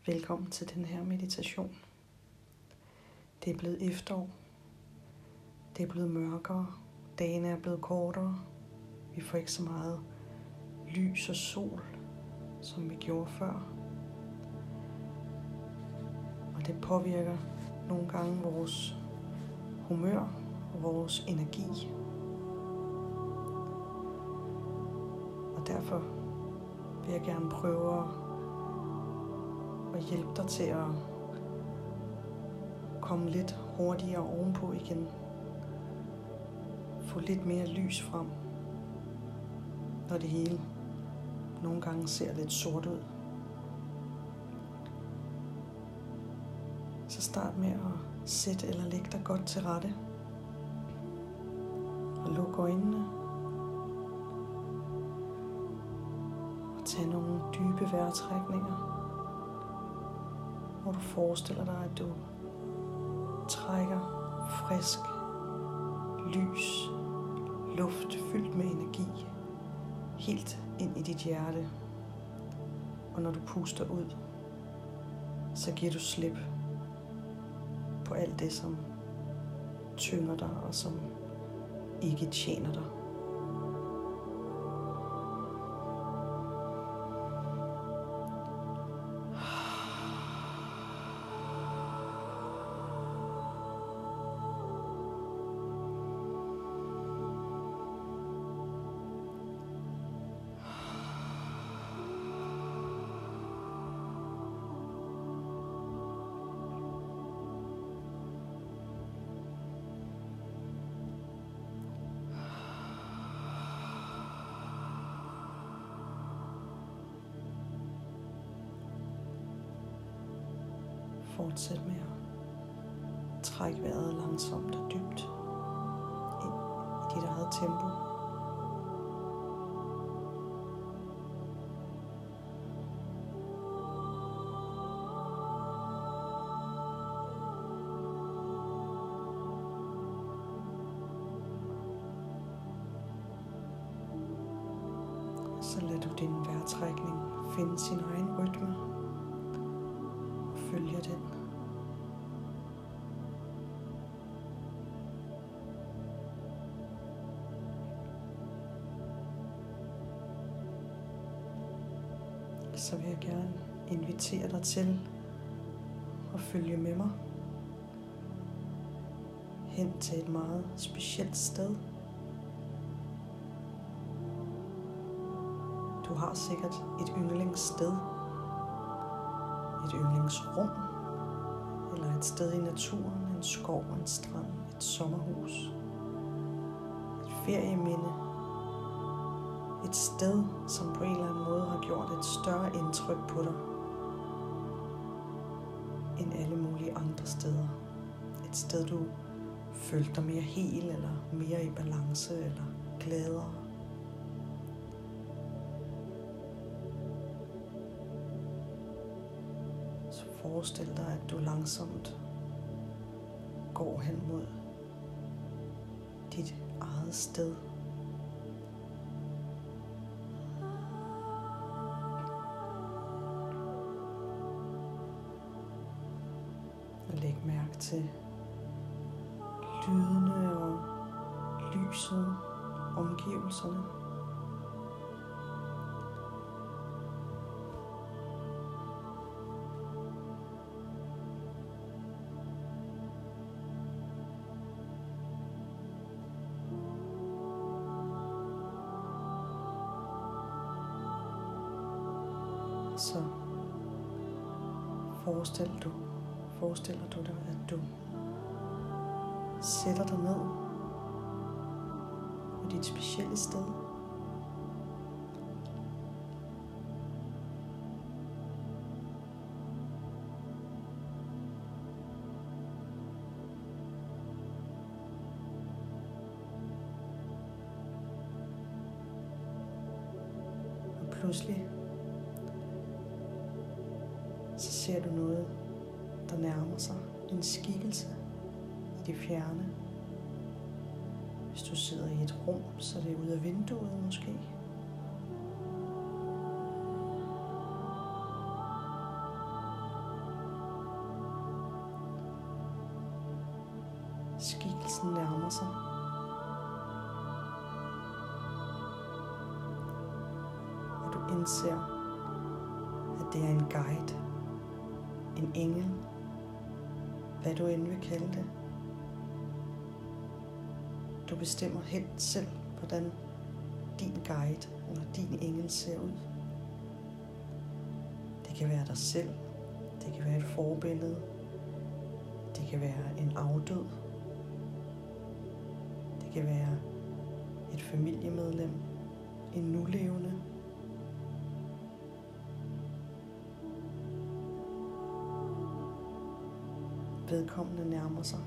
Velkommen til den her meditation. Det er blevet efterår. Det er blevet mørkere. Dagene er blevet kortere. Vi får ikke så meget lys og sol, som vi gjorde før. Og det påvirker nogle gange vores humør og vores energi. Og derfor vil jeg gerne prøve at hjælpe dig til at komme lidt hurtigere ovenpå igen. Få lidt mere lys frem, når det hele nogle gange ser lidt sort ud. Så start med at sætte eller lægge dig godt til rette. Og luk øjnene. Og tag nogle dybe vejrtrækninger, hvor du forestiller dig, at du trækker frisk, lys, luft fyldt med energi helt ind i dit hjerte. Og når du puster ud, så giver du slip på alt det, som tynger dig og som ikke tjener dig. Fortsæt med at trække vejret langsomt og dybt ind i dit eget tempo. Så lader du din vejrtrækning finde sin egen rytme. Følger den. Så vil jeg gerne invitere dig til at følge med mig hen til et meget specielt sted. Du har sikkert et yndlingssted, et yndlingsrum, eller et sted i naturen, en skov, en strand, et sommerhus, et ferieminde, et sted, som på en eller anden måde har gjort et større indtryk på dig, end alle mulige andre steder. Et sted, du følte dig mere hel, eller mere i balance, eller gladere. Forestil dig, at du langsomt går hen mod dit eget sted. Og læg mærke til lydene og lyset, omgivelserne. Så forestiller du dig, at du sætter dig ned på dit specielle sted. Og pludselig så ser du noget, der nærmer sig, en skikkelse i det fjerne. Hvis du sidder i et rum, så er det ude af vinduet måske. Skikkelsen nærmer sig. Og du indser, at det er en guide, en engel, hvad du end vil kalde det. Du bestemmer helt selv, hvordan din guide eller din engel ser ud. Det kan være dig selv, det kan være et forbillede, det kan være en afdød, det kan være et familiemedlem, en nulevende. Vedkommende nærmer sig.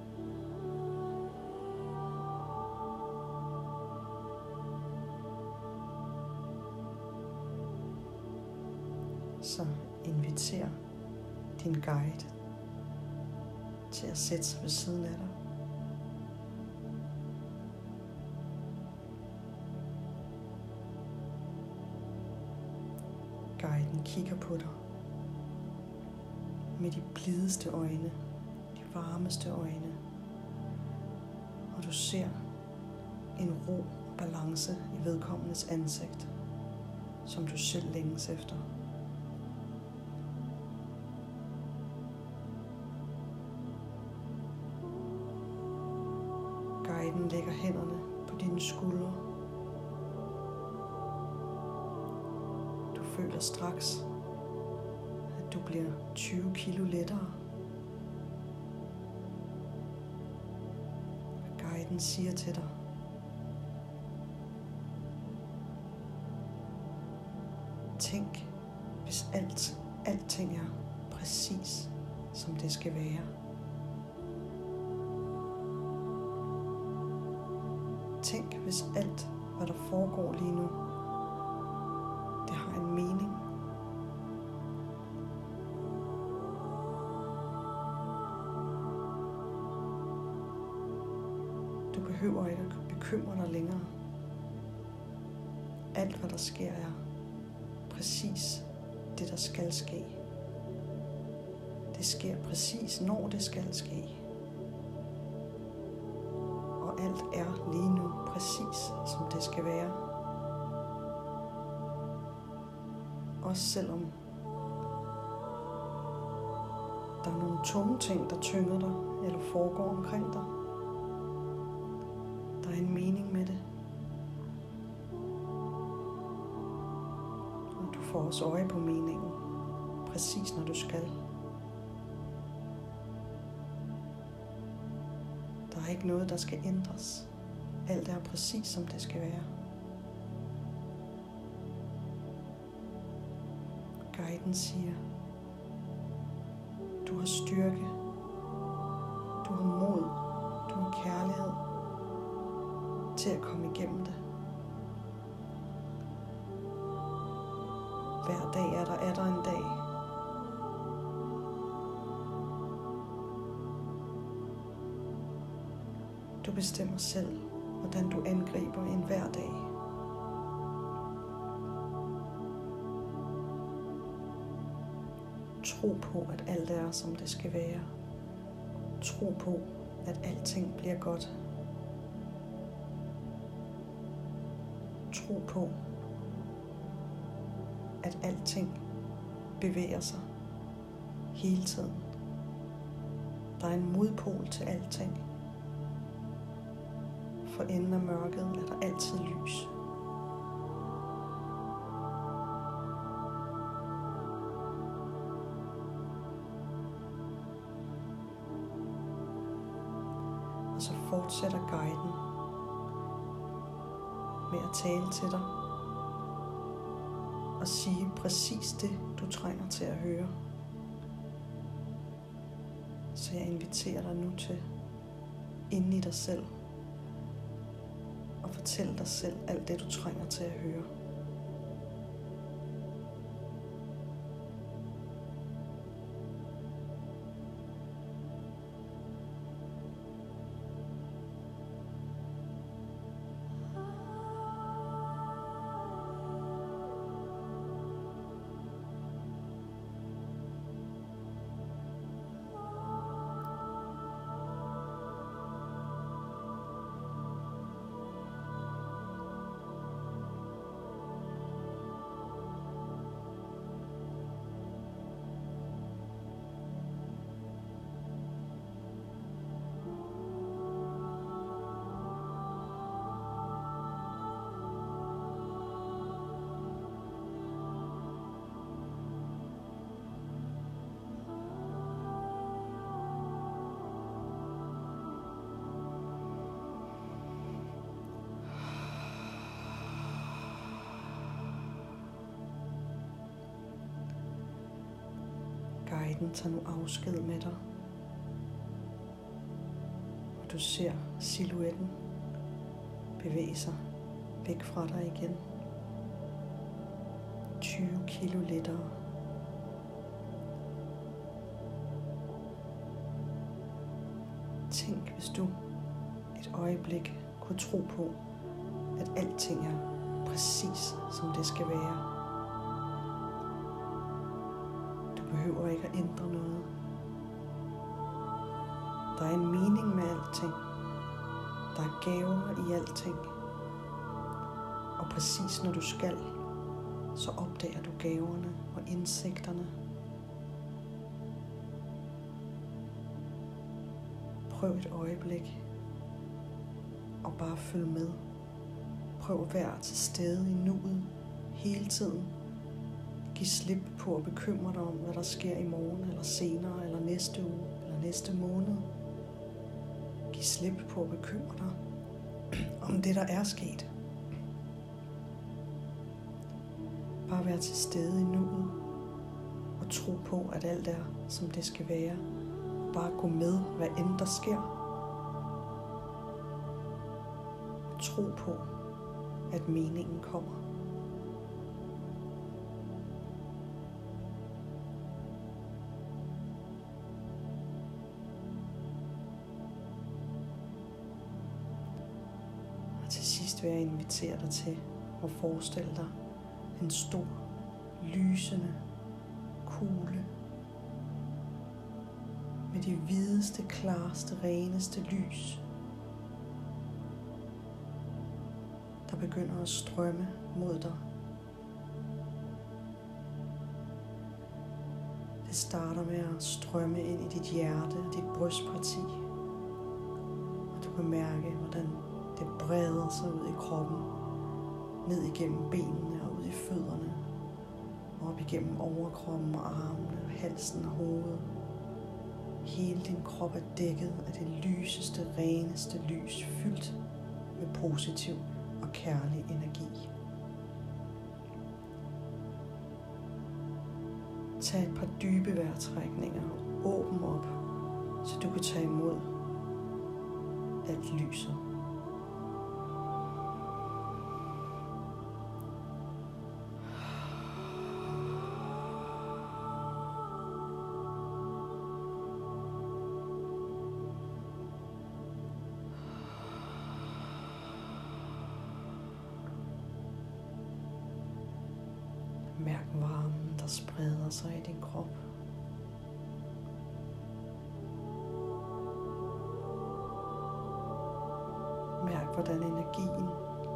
Så inviter din guide til at sætte sig ved siden af dig. Guiden kigger på dig med de blideste øjne, de varmeste øjne, og du ser en ro og balance i vedkommendes ansigt, som du selv længes efter. Guiden lægger hænderne på dine skuldre. Du føler straks, at du bliver 20 kilo lettere. Guiden siger til dig: tænk, hvis alting er præcis som det skal være. Tænk, hvis alt, hvad der foregår lige nu, det har en mening. Du behøver ikke at bekymre dig længere. Alt, hvad der sker, er præcis det, der skal ske. Det sker præcis, når det skal ske. Og alt er lige nu præcis, som det skal være. Også selvom der er nogle tunge ting, der tynger dig eller foregår omkring dig. Der er en mening med det. Og du får også øje på meningen, præcis når du skal. Der er ikke noget, der skal ændres. Alt er præcis, som det skal være. Guiden siger: du har styrke, du har mod, du har kærlighed til at komme igennem det. Hver dag er der en dag. Du bestemmer selv, hvordan du angriber en hver dag. Tro på, at alt er, som det skal være. Tro på, at alting bliver godt. Tro på, at alting bevæger sig hele tiden. Der er en modpol til alting. For enden af mørket er der altid lys. Og så fortsætter guiden med at tale til dig og sige præcis det, du trænger til at høre. Så jeg inviterer dig nu til inde i dig selv og fortæl dig selv alt det, du trænger til at høre. verden tager nu afsked med dig. Og du ser silhuetten bevæge sig væk fra dig igen. 20 kilo lettere. Tænk, hvis du et øjeblik kunne tro på, at alting er præcis som det skal være. Du behøver ikke at ændre noget. Der er en mening med alting. Der er gaver i alting. Og præcis når du skal, så opdager du gaverne og indsigterne. Prøv et øjeblik og bare følg med. Prøv at være til stede i nuet hele tiden. Giv slip på at bekymre dig om, hvad der sker i morgen, eller senere, eller næste uge, eller næste måned. Giv slip på at bekymre dig om det, der er sket. Bare være til stede i nuet og tro på, at alt er, som det skal være. Bare gå med, hvad end der sker. Og tro på, at meningen kommer. Og til sidst vil jeg invitere dig til at forestille dig en stor, lysende kugle med det hvideste, klareste, reneste lys, der begynder at strømme mod dig. Det starter med at strømme ind i dit hjerte og dit brystparti, og du kan mærke, hvordan det breder sig ud i kroppen, ned igennem benene og ud i fødderne, og op igennem overkroppen og armene og halsen og hovedet. Hele din krop er dækket af det lyseste, reneste lys, fyldt med positiv og kærlig energi. Tag et par dybe vejrtrækninger og åbn op, så du kan tage imod alt lyset. Mærk varmen, der spreder sig i din krop. Mærk, hvordan energien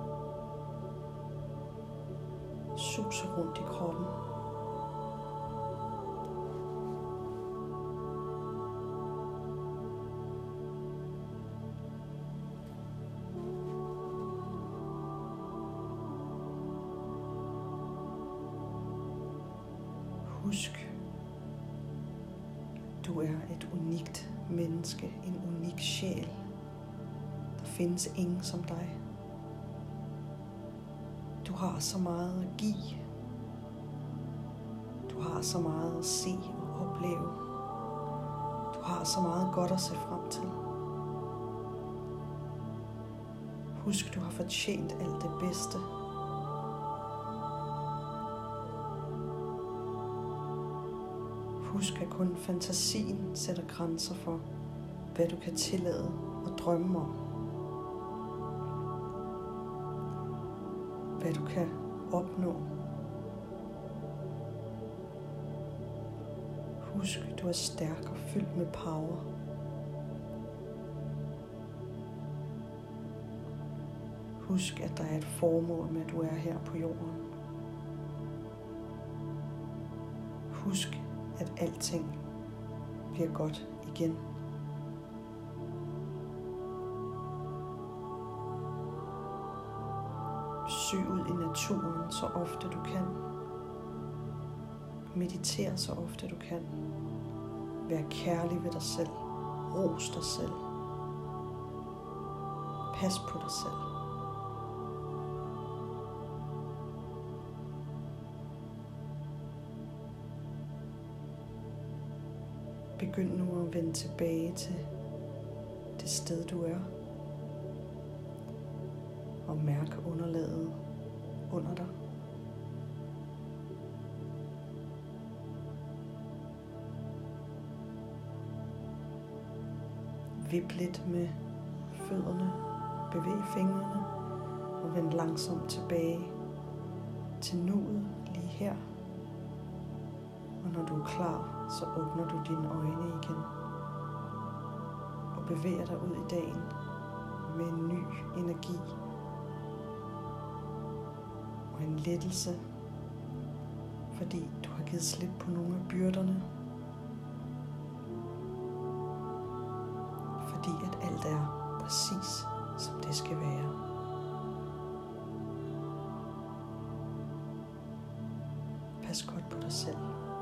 suser rundt i kroppen. Husk, du er et unikt menneske, en unik sjæl. Der findes ingen som dig. Du har så meget at give. Du har så meget at se og opleve. Du har så meget godt at se frem til. Husk, du har fortjent alt det bedste. Husk, at kun fantasien sætter grænser for, hvad du kan tillade og drømme om. Hvad du kan opnå. Husk, du er stærk og fyldt med power. Husk, at der er et formål med, at du er her på jorden. Husk, at alting bliver godt igen. Søg ud i naturen så ofte du kan. Mediter så ofte du kan. Vær kærlig ved dig selv. Ros dig selv. Pas på dig selv. Begynd nu at vende tilbage til det sted, du er. Og mærk underlaget under dig. Vip lidt med fødderne, bevæg fingrene og vend langsomt tilbage til nuet lige her. Og når du er klar, så åbner du dine øjne igen og bevæger dig ud i dagen med en ny energi og en lettelse, fordi du har givet slip på nogle af byrderne. Fordi at alt er præcis, som det skal være. Pas godt på dig selv.